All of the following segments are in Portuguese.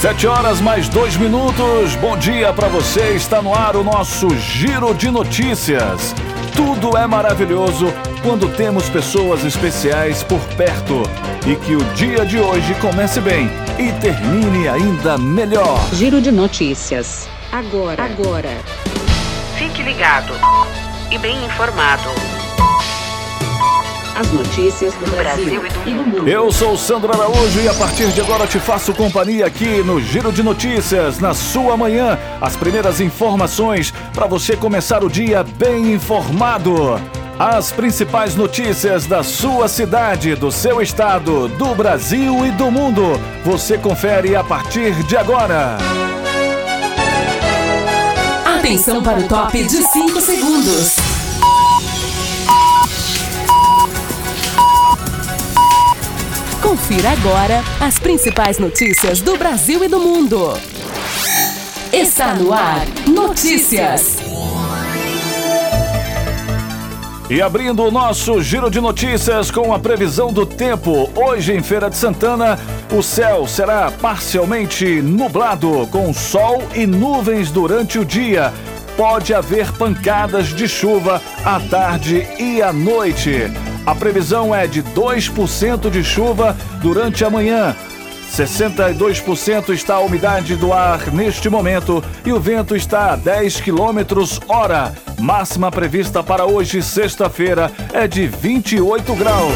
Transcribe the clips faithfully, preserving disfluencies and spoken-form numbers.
Sete horas mais dois minutos. Bom dia para você. Está no ar o nosso Giro de Notícias. Tudo é maravilhoso quando temos pessoas especiais por perto. E que o dia de hoje comece bem e termine ainda melhor. Giro de Notícias. Agora, agora. Fique ligado e bem informado. As notícias do Brasil e do mundo. Eu sou Sandro Araújo e a partir de agora te faço companhia aqui no Giro de Notícias, na sua manhã. As primeiras informações para você começar o dia bem informado. As principais notícias da sua cidade, do seu estado, do Brasil e do mundo. Você confere a partir de agora. Atenção para o top de cinco segundos. Confira agora as principais notícias do Brasil e do mundo. Está no ar Notícias. E abrindo o nosso Giro de Notícias com a previsão do tempo. Hoje em Feira de Santana, o céu será parcialmente nublado, com sol e nuvens durante o dia. Pode haver pancadas de chuva à tarde e à noite. A previsão é de dois por cento de chuva durante a manhã. sessenta e dois por cento está a umidade do ar neste momento e o vento está a dez quilômetros hora. Máxima prevista para hoje, sexta-feira, é de vinte e oito graus.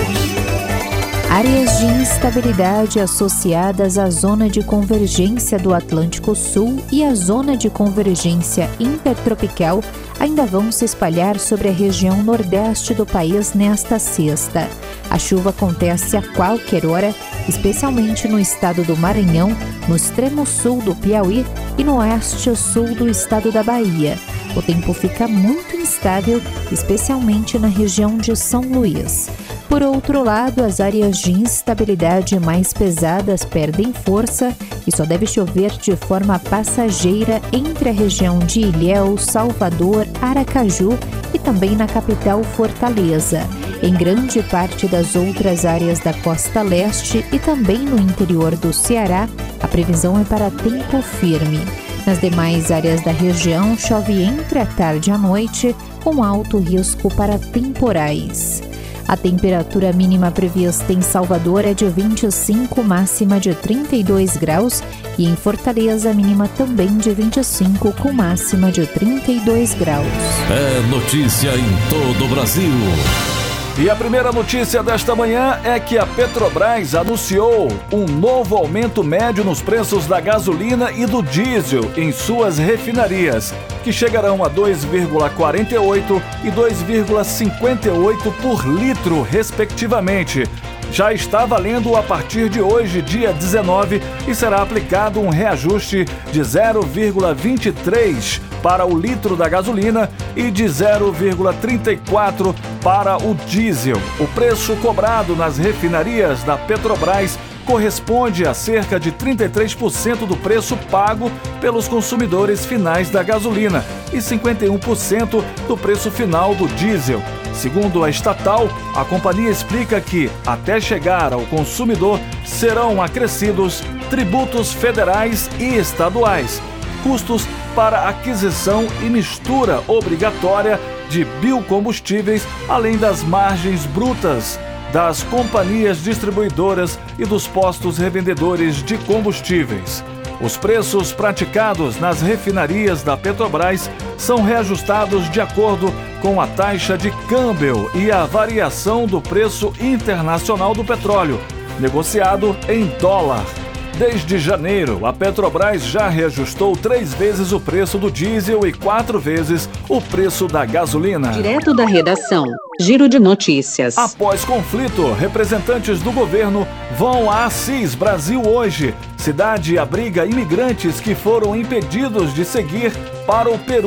Áreas de instabilidade associadas à zona de convergência do Atlântico Sul e à zona de convergência intertropical ainda vão se espalhar sobre a região nordeste do país nesta sexta. A chuva acontece a qualquer hora, especialmente no estado do Maranhão, no extremo sul do Piauí e no oeste sul do estado da Bahia. O tempo fica muito instável, especialmente na região de São Luís. Por outro lado, as áreas de instabilidade mais pesadas perdem força e só deve chover de forma passageira entre a região de Ilhéus, Salvador, Aracaju e também na capital Fortaleza. Em grande parte das outras áreas da costa leste e também no interior do Ceará, a previsão é para tempo firme. Nas demais áreas da região, chove entre a tarde e a noite, com alto risco para temporais. A temperatura mínima prevista em Salvador é de vinte e cinco, máxima de trinta e dois graus, e em Fortaleza, mínima também de vinte e cinco, com máxima de trinta e dois graus. É notícia em todo o Brasil. E a primeira notícia desta manhã é que a Petrobras anunciou um novo aumento médio nos preços da gasolina e do diesel em suas refinarias, que chegarão a dois vírgula quarenta e oito e dois vírgula cinquenta e oito por litro, respectivamente. Já está valendo a partir de hoje, dia dezenove, e será aplicado um reajuste de zero vírgula vinte e três para o litro da gasolina e de zero vírgula trinta e quatro para o diesel. O preço cobrado nas refinarias da Petrobras corresponde a cerca de trinta e três por cento do preço pago pelos consumidores finais da gasolina e cinquenta e um por cento do preço final do diesel. Segundo a estatal, a companhia explica que, até chegar ao consumidor, serão acrescidos tributos federais e estaduais, custos para aquisição e mistura obrigatória de biocombustíveis, além das margens brutas das companhias distribuidoras e dos postos revendedores de combustíveis. Os preços praticados nas refinarias da Petrobras são reajustados de acordo com a taxa de câmbio e a variação do preço internacional do petróleo, negociado em dólar. Desde janeiro, a Petrobras já reajustou três vezes o preço do diesel e quatro vezes o preço da gasolina. Direto da redação, Giro de Notícias. Após conflito, representantes do governo vão a Assis, Brasil, hoje. Cidade abriga imigrantes que foram impedidos de seguir para o Peru.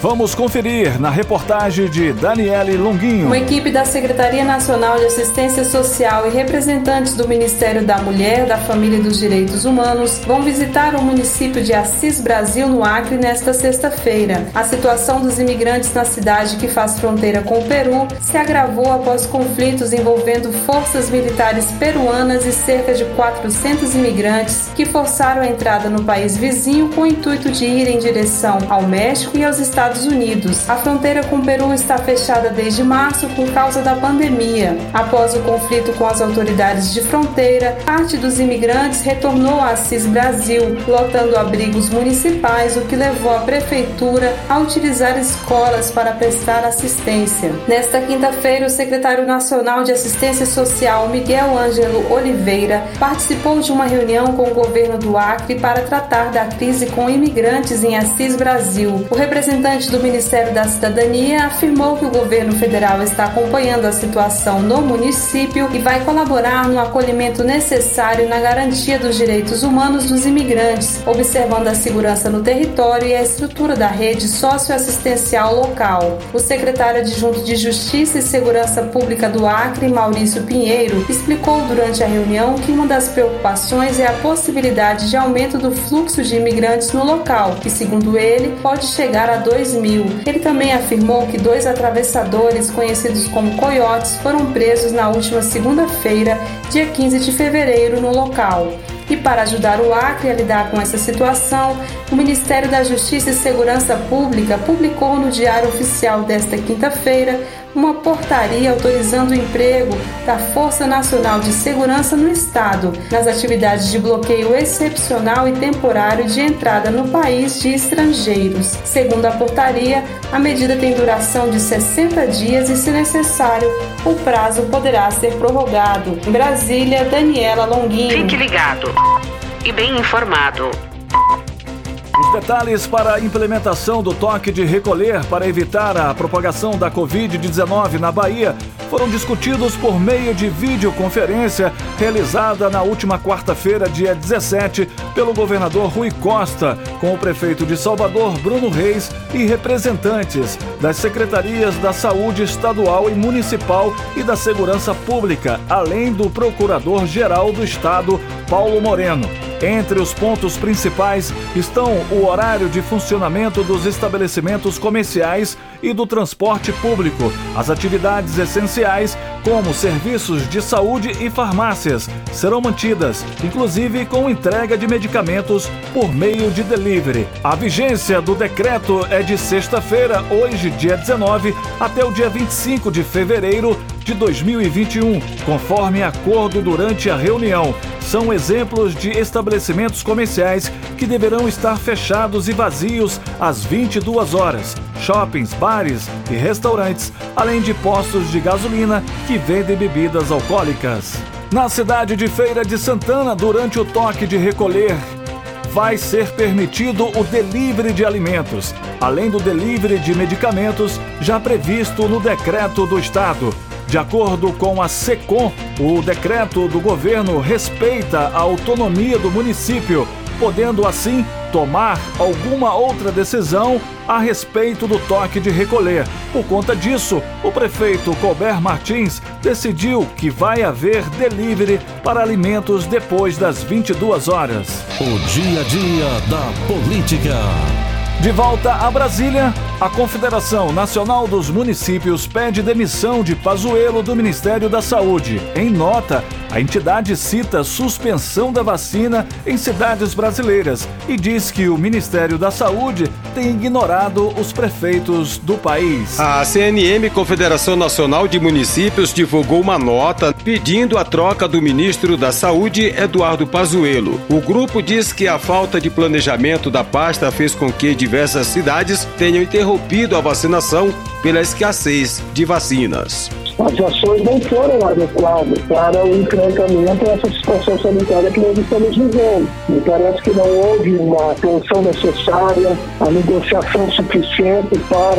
Vamos conferir na reportagem de Daniele Longuinho. Uma equipe da Secretaria Nacional de Assistência Social e representantes do Ministério da Mulher, da Família e dos Direitos Humanos vão visitar o município de Assis Brasil, no Acre, nesta sexta-feira. A situação dos imigrantes na cidade que faz fronteira com o Peru se agravou após conflitos envolvendo forças militares peruanas e cerca de quatrocentos imigrantes que forçaram a entrada no país vizinho com o intuito de ir em direção ao México e aos Estados Unidos. A fronteira com o Peru está fechada desde março por causa da pandemia. Após o conflito com as autoridades de fronteira, parte dos imigrantes retornou a Assis Brasil, lotando abrigos municipais, o que levou a prefeitura a utilizar escolas para prestar assistência. Nesta quinta-feira, o secretário nacional de Assistência Social, Miguel Ângelo Oliveira, participou de uma reunião com o governo do Acre para tratar da crise com imigrantes em Assis Brasil. O representante do Ministério da Cidadania afirmou que o governo federal está acompanhando a situação no município e vai colaborar no acolhimento necessário e na garantia dos direitos humanos dos imigrantes, observando a segurança no território e a estrutura da rede socioassistencial local. O secretário adjunto de Justiça e Segurança Pública do Acre, Maurício Pinheiro, explicou durante a reunião que uma das preocupações é a possibilidade de aumento do fluxo de imigrantes no local, que, segundo ele, pode chegar a dois mil. Ele também afirmou que dois atravessadores, conhecidos como coiotes, foram presos na última segunda-feira, dia quinze de fevereiro, no local. E para ajudar o Acre a lidar com essa situação, o Ministério da Justiça e Segurança Pública publicou no Diário Oficial desta quinta-feira uma portaria autorizando o emprego da Força Nacional de Segurança no Estado nas atividades de bloqueio excepcional e temporário de entrada no país de estrangeiros. Segundo a portaria, a medida tem duração de sessenta dias e, se necessário, o prazo poderá ser prorrogado. Em Brasília, Daniela Longuinho. Fique ligado e bem informado. Os detalhes para a implementação do toque de recolher para evitar a propagação da covid dezenove na Bahia foram discutidos por meio de videoconferência realizada na última quarta-feira, dia dezessete, pelo governador Rui Costa, com o prefeito de Salvador, Bruno Reis, e representantes das secretarias da Saúde Estadual e Municipal e da Segurança Pública, além do Procurador-Geral do Estado, Paulo Moreno. Entre os pontos principais estão o horário de funcionamento dos estabelecimentos comerciais e do transporte público, as atividades essenciais, como serviços de saúde e farmácias, serão mantidas, inclusive com entrega de medicamentos por meio de delivery. A vigência do decreto é de sexta-feira, hoje, dia dezenove, até o dia vinte e cinco de fevereiro de dois mil e vinte e um, conforme acordo durante a reunião. São exemplos de estabelecimentos comerciais que deverão estar fechados e vazios às vinte e duas horas, shoppings, bares e restaurantes, além de postos de gasolina que vendem bebidas alcoólicas. Na cidade de Feira de Santana, durante o toque de recolher, vai ser permitido o delivery de alimentos, além do delivery de medicamentos já previsto no decreto do Estado. De acordo com a SECOM, o decreto do governo respeita a autonomia do município, podendo assim tomar alguma outra decisão a respeito do toque de recolher. Por conta disso, o prefeito Colbert Martins decidiu que vai haver delivery para alimentos depois das vinte e duas horas. O dia a dia da política. De volta a Brasília, a Confederação Nacional dos Municípios pede demissão de Pazuello do Ministério da Saúde. Em nota, a entidade cita suspensão da vacina em cidades brasileiras e diz que o Ministério da Saúde tem ignorado os prefeitos do país. A C N M, Confederação Nacional de Municípios, divulgou uma nota pedindo a troca do ministro da Saúde, Eduardo Pazuello. O grupo diz que a falta de planejamento da pasta fez com que diversas cidades tenham interrompido a vacinação pela escassez de vacinas. As ações não foram adequadas para o enfrentamento dessa situação sanitária que nós estamos vivendo. Me parece que não houve uma atenção necessária, a negociação suficiente para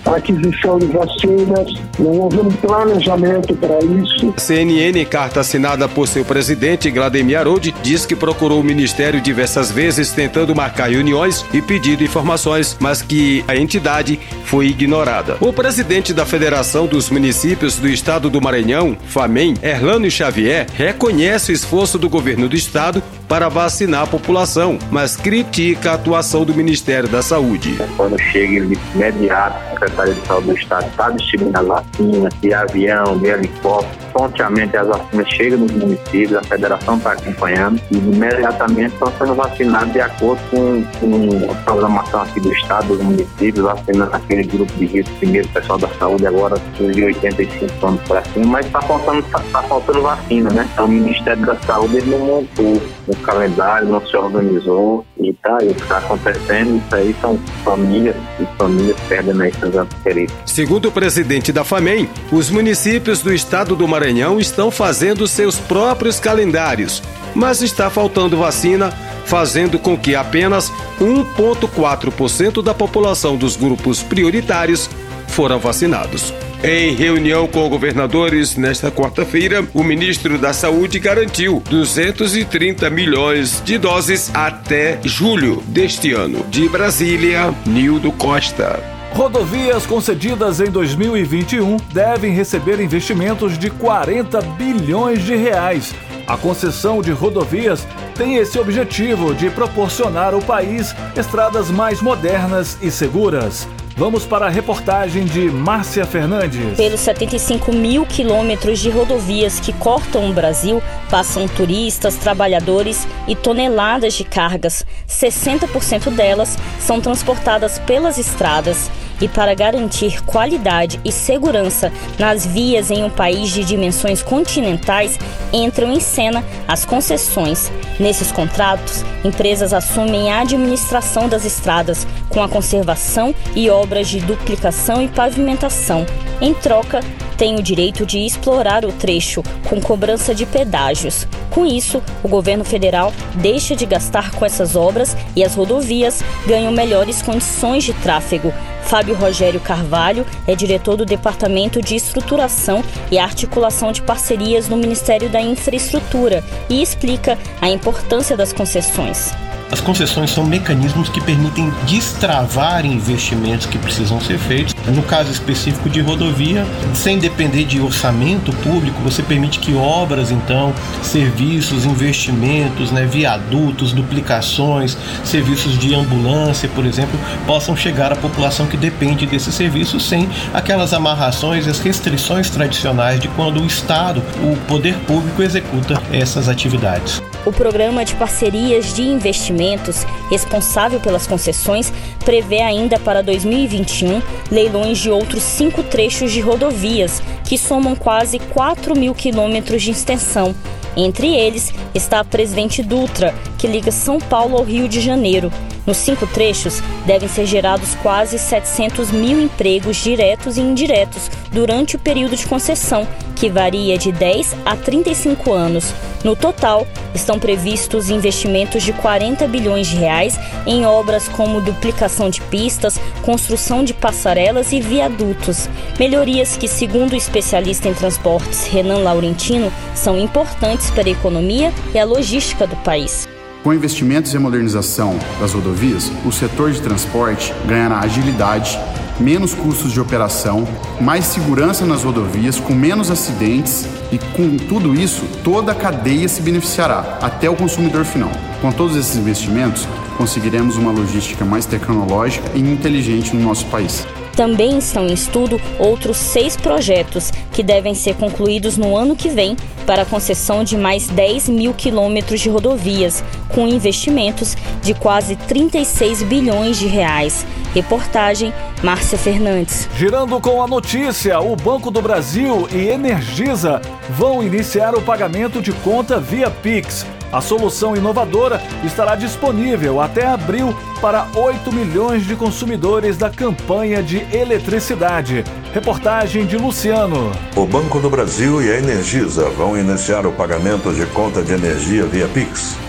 a aquisição de vacinas, não houve um planejamento para isso. A C N N, em carta assinada por seu presidente, Glademir Aroldi, diz que procurou o Ministério diversas vezes tentando marcar reuniões e pedindo informações, mas que a entidade foi ignorada. O presidente da Federação dos Municípios do Estado do Maranhão, FAMEM, Erlânio Xavier, reconhece o esforço do governo do estado para vacinar a população, mas critica a atuação do Ministério da Saúde. Quando chega de imediato, a Secretaria de Saúde do Estado está distribuindo as vacinas, de avião, de helicóptero, pontualmente as vacinas chegam nos municípios, a federação está acompanhando e imediatamente estão sendo vacinados de acordo com, com a programação aqui do Estado, dos municípios, vacinando aquele grupo de risco, primeiro o pessoal da saúde, agora de oitenta e cinco anos para cima, mas está faltando, tá, tá faltando vacina, né? Então o Ministério da Saúde ele não montou o calendário, não se organizou e tá aí, o que está acontecendo, isso aí são famílias e famílias perdendo aí seus entes queridos. Segundo o presidente da FAMEM, os municípios do estado do Maranhão estão fazendo seus próprios calendários, mas está faltando vacina, fazendo com que apenas um vírgula quatro por cento da população dos grupos prioritários foram vacinados. Em reunião com governadores nesta quarta-feira, o ministro da Saúde garantiu duzentos e trinta milhões de doses até julho deste ano. De Brasília, Nildo Costa. Rodovias concedidas em dois mil e vinte e um devem receber investimentos de quarenta bilhões de reais. A concessão de rodovias tem esse objetivo de proporcionar ao país estradas mais modernas e seguras. Vamos para a reportagem de Márcia Fernandes. Pelos setenta e cinco mil quilômetros de rodovias que cortam o Brasil, passam turistas, trabalhadores e toneladas de cargas. sessenta por cento delas são transportadas pelas estradas. E para garantir qualidade e segurança nas vias em um país de dimensões continentais, entram em cena as concessões. Nesses contratos, empresas assumem a administração das estradas, com a conservação e obras de duplicação e pavimentação. Em troca, tem o direito de explorar o trecho, com cobrança de pedágios. Com isso, o governo federal deixa de gastar com essas obras e as rodovias ganham melhores condições de tráfego. Fábio Rogério Carvalho é diretor do Departamento de Estruturação e Articulação de Parcerias no Ministério da Infraestrutura e explica a importância das concessões. As concessões são mecanismos que permitem destravar investimentos que precisam ser feitos. No caso específico de rodovia, sem depender de orçamento público, você permite que obras, então, serviços, investimentos, né, viadutos, duplicações, serviços de ambulância, por exemplo, possam chegar à população que depende desses serviços sem aquelas amarrações e as restrições tradicionais de quando o Estado, o poder público, executa essas atividades. O Programa de Parcerias de Investimentos, responsável pelas concessões, prevê ainda para dois mil e vinte e um leilões de outros cinco trechos de rodovias, que somam quase quatro mil quilômetros de extensão. Entre eles está a Presidente Dutra, que liga São Paulo ao Rio de Janeiro. Nos cinco trechos, devem ser gerados quase setecentos mil empregos diretos e indiretos durante o período de concessão, que varia de dez a trinta e cinco anos. No total, estão previstos investimentos de quarenta bilhões de reais em obras como duplicação de pistas, construção de passarelas e viadutos. Melhorias que, segundo o especialista em transportes Renan Laurentino, são importantes para a economia e a logística do país. Com investimentos e modernização das rodovias, o setor de transporte ganhará agilidade, menos custos de operação, mais segurança nas rodovias, com menos acidentes e, com tudo isso, toda a cadeia se beneficiará, até o consumidor final. Com todos esses investimentos, conseguiremos uma logística mais tecnológica e inteligente no nosso país. Também estão em estudo outros seis projetos que devem ser concluídos no ano que vem para a concessão de mais dez mil quilômetros de rodovias, com investimentos de quase trinta e seis bilhões de reais. Reportagem Márcia Fernandes. Girando com a notícia, o Banco do Brasil e Energisa vão iniciar o pagamento de conta via Pix. A solução inovadora estará disponível até abril para oito milhões de consumidores da campanha de eletricidade. Reportagem de Luciano. O Banco do Brasil e a Energisa vão iniciar o pagamento de conta de energia via Pix.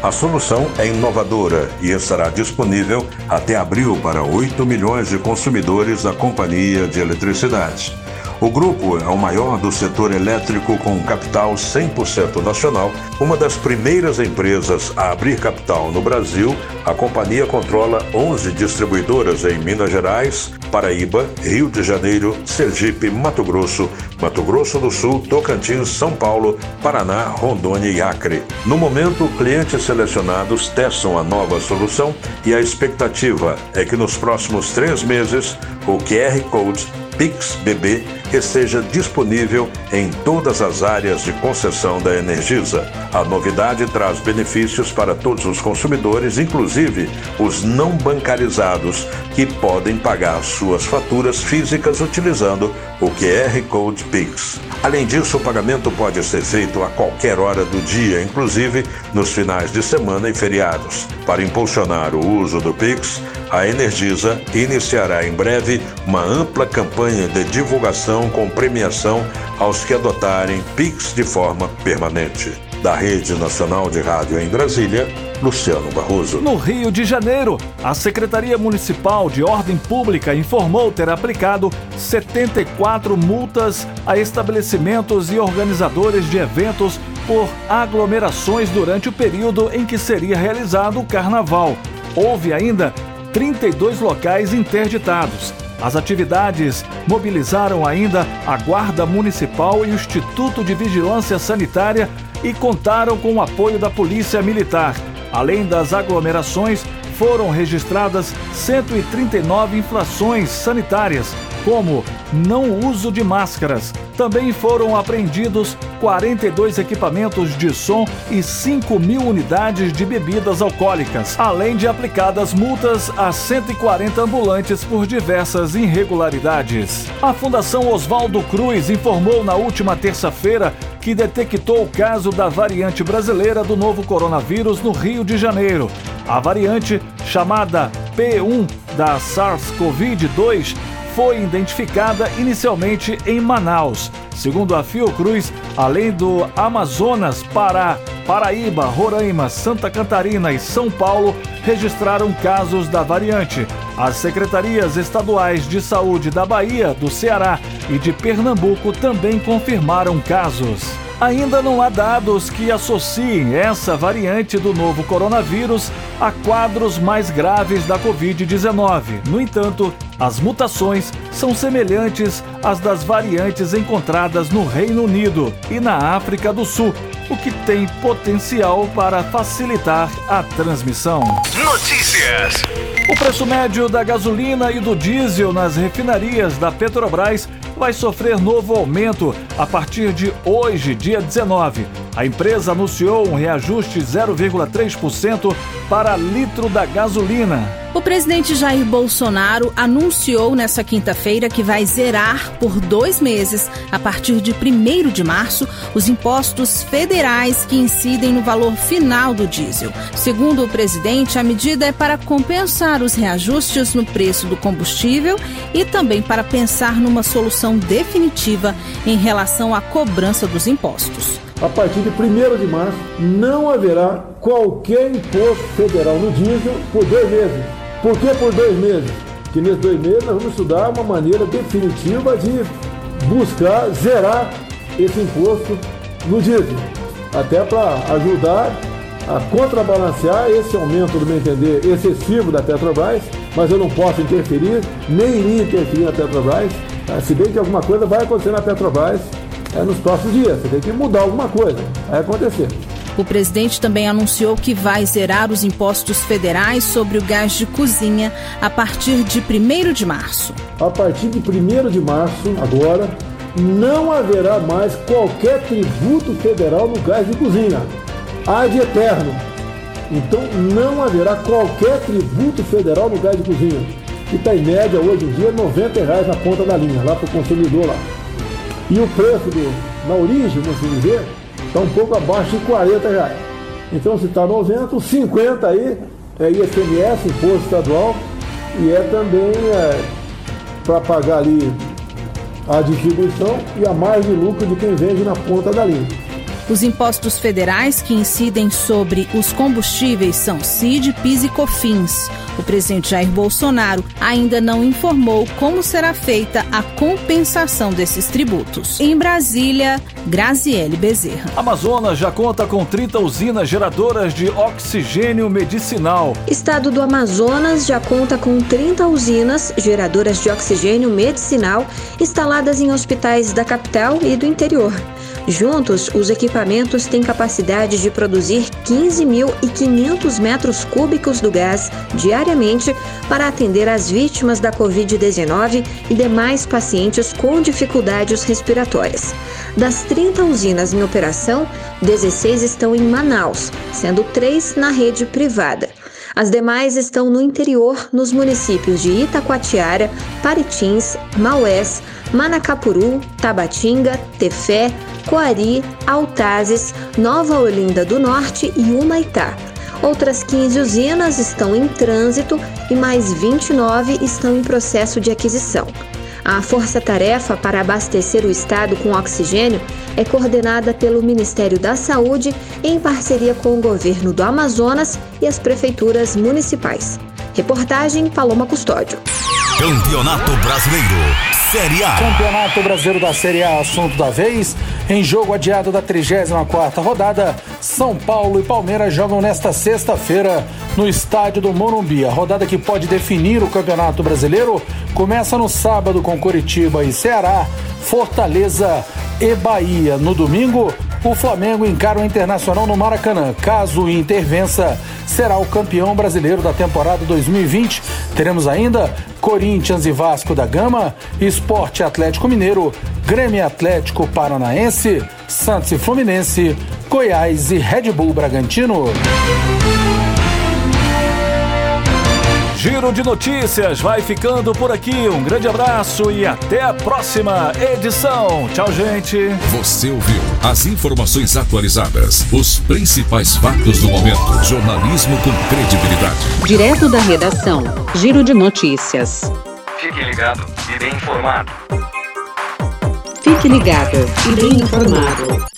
A solução é inovadora e estará disponível até abril para oito milhões de consumidores da Companhia de Eletricidade. O grupo é o maior do setor elétrico com capital cem por cento nacional. Uma das primeiras empresas a abrir capital no Brasil, a companhia controla onze distribuidoras em Minas Gerais, Paraíba, Rio de Janeiro, Sergipe, Mato Grosso, Mato Grosso do Sul, Tocantins, São Paulo, Paraná, Rondônia e Acre. No momento, clientes selecionados testam a nova solução e a expectativa é que nos próximos três meses o Q R Code Pix B B esteja disponível em todas as áreas de concessão da Energisa. A novidade traz benefícios para todos os consumidores, inclusive os não bancarizados, que podem pagar suas faturas físicas utilizando o Q R Code Pix. Além disso, o pagamento pode ser feito a qualquer hora do dia, inclusive nos finais de semana e feriados. Para impulsionar o uso do Pix, a Energisa iniciará em breve uma ampla campanha de divulgação com premiação aos que adotarem Pix de forma permanente. Da Rede Nacional de Rádio em Brasília, Luciano Barroso. No Rio de Janeiro, a Secretaria Municipal de Ordem Pública informou ter aplicado setenta e quatro multas a estabelecimentos e organizadores de eventos por aglomerações durante o período em que seria realizado o Carnaval. Houve ainda trinta e dois locais interditados. As atividades mobilizaram ainda a Guarda Municipal e o Instituto de Vigilância Sanitária e contaram com o apoio da Polícia Militar. Além das aglomerações, foram registradas cento e trinta e nove infrações sanitárias, como não uso de máscaras. Também foram apreendidos quarenta e dois equipamentos de som e cinco mil unidades de bebidas alcoólicas, além de aplicadas multas a cento e quarenta ambulantes por diversas irregularidades. A Fundação Oswaldo Cruz informou na última terça-feira que detectou o caso da variante brasileira do novo coronavírus no Rio de Janeiro. A variante, chamada P um da SARS-CoV dois, foi identificada inicialmente em Manaus. Segundo a Fiocruz, além do Amazonas, Pará, Paraíba, Roraima, Santa Catarina e São Paulo registraram casos da variante. As secretarias estaduais de saúde da Bahia, do Ceará e de Pernambuco também confirmaram casos. Ainda não há dados que associem essa variante do novo coronavírus a quadros mais graves da covid dezenove. No entanto, as mutações são semelhantes às das variantes encontradas no Reino Unido e na África do Sul, o que tem potencial para facilitar a transmissão. Notícias. O preço médio da gasolina e do diesel nas refinarias da Petrobras vai sofrer novo aumento a partir de hoje, dia dezenove. A empresa anunciou um reajuste de zero vírgula três por cento para litro da gasolina. O presidente Jair Bolsonaro anunciou nesta quinta-feira que vai zerar por dois meses, a partir de primeiro de março, os impostos federais que incidem no valor final do diesel. Segundo o presidente, a medida é para compensar os reajustes no preço do combustível e também para pensar numa solução definitiva em relação à cobrança dos impostos. A partir de primeiro de março, não haverá qualquer imposto federal no diesel por dois meses. Por que por dois meses? Porque nesses dois meses nós vamos estudar uma maneira definitiva de buscar zerar esse imposto no diesel, até para ajudar a contrabalancear esse aumento, do meu entender, excessivo da Petrobras, mas eu não posso interferir, nem iria interferir na Petrobras, se bem que alguma coisa vai acontecer na Petrobras é, nos próximos dias, você tem que mudar alguma coisa, vai acontecer. O presidente também anunciou que vai zerar os impostos federais sobre o gás de cozinha a partir de primeiro de março. A partir de primeiro de março, agora, não haverá mais qualquer tributo federal no gás de cozinha. Ad eterno. Então não haverá qualquer tributo federal no gás de cozinha, que está em média hoje em dia noventa reais na ponta da linha, lá para o consumidor lá. E o preço do, na origem, vamos dizer, está um pouco abaixo de quarenta reais. Então se está noventa, os cinquenta aí é I C M S, imposto estadual, e é também é, para pagar ali a distribuição e a margem de lucro de quem vende na ponta da linha. Os impostos federais que incidem sobre os combustíveis são C I D, P I S e COFINS. O presidente Jair Bolsonaro ainda não informou como será feita a compensação desses tributos. Em Brasília, Graziele Bezerra. Amazonas já conta com trinta usinas geradoras de oxigênio medicinal. Estado do Amazonas já conta com trinta usinas geradoras de oxigênio medicinal instaladas em hospitais da capital e do interior. Juntos, os equipamentos têm capacidade de produzir quinze mil e quinhentos metros cúbicos do gás diariamente para atender as vítimas da covid dezenove e demais pacientes com dificuldades respiratórias. Das trinta usinas em operação, dezesseis estão em Manaus, sendo três na rede privada. As demais estão no interior, nos municípios de Itacoatiara, Paritins, Maués, Manacapuru, Tabatinga, Tefé, Coari, Altazes, Nova Olinda do Norte e Humaitá. Outras quinze usinas estão em trânsito e mais vinte e nove estão em processo de aquisição. A força-tarefa para abastecer o estado com oxigênio é coordenada pelo Ministério da Saúde em parceria com o governo do Amazonas e as prefeituras municipais. Reportagem Paloma Custódio. Campeonato Brasileiro, Série A. Campeonato Brasileiro da Série A, assunto da vez. Em jogo adiado da trigésima quarta rodada, São Paulo e Palmeiras jogam nesta sexta-feira no estádio do Morumbi. A rodada que pode definir o Campeonato Brasileiro começa no sábado com Coritiba e Ceará, Fortaleza e Bahia. No domingo, o Flamengo encara o Internacional no Maracanã. Caso o Inter vença, será o campeão brasileiro da temporada dois mil e vinte. Teremos ainda Corinthians e Vasco da Gama, Sport Atlético Mineiro, Grêmio Atlético Paranaense, Santos e Fluminense, Goiás e Red Bull Bragantino. Giro de Notícias vai ficando por aqui. Um grande abraço e até a próxima edição. Tchau, gente. Você ouviu as informações atualizadas, os principais fatos do momento. Jornalismo com credibilidade. Direto da redação. Giro de Notícias. Fique ligado e bem informado. Fique ligado e bem informado.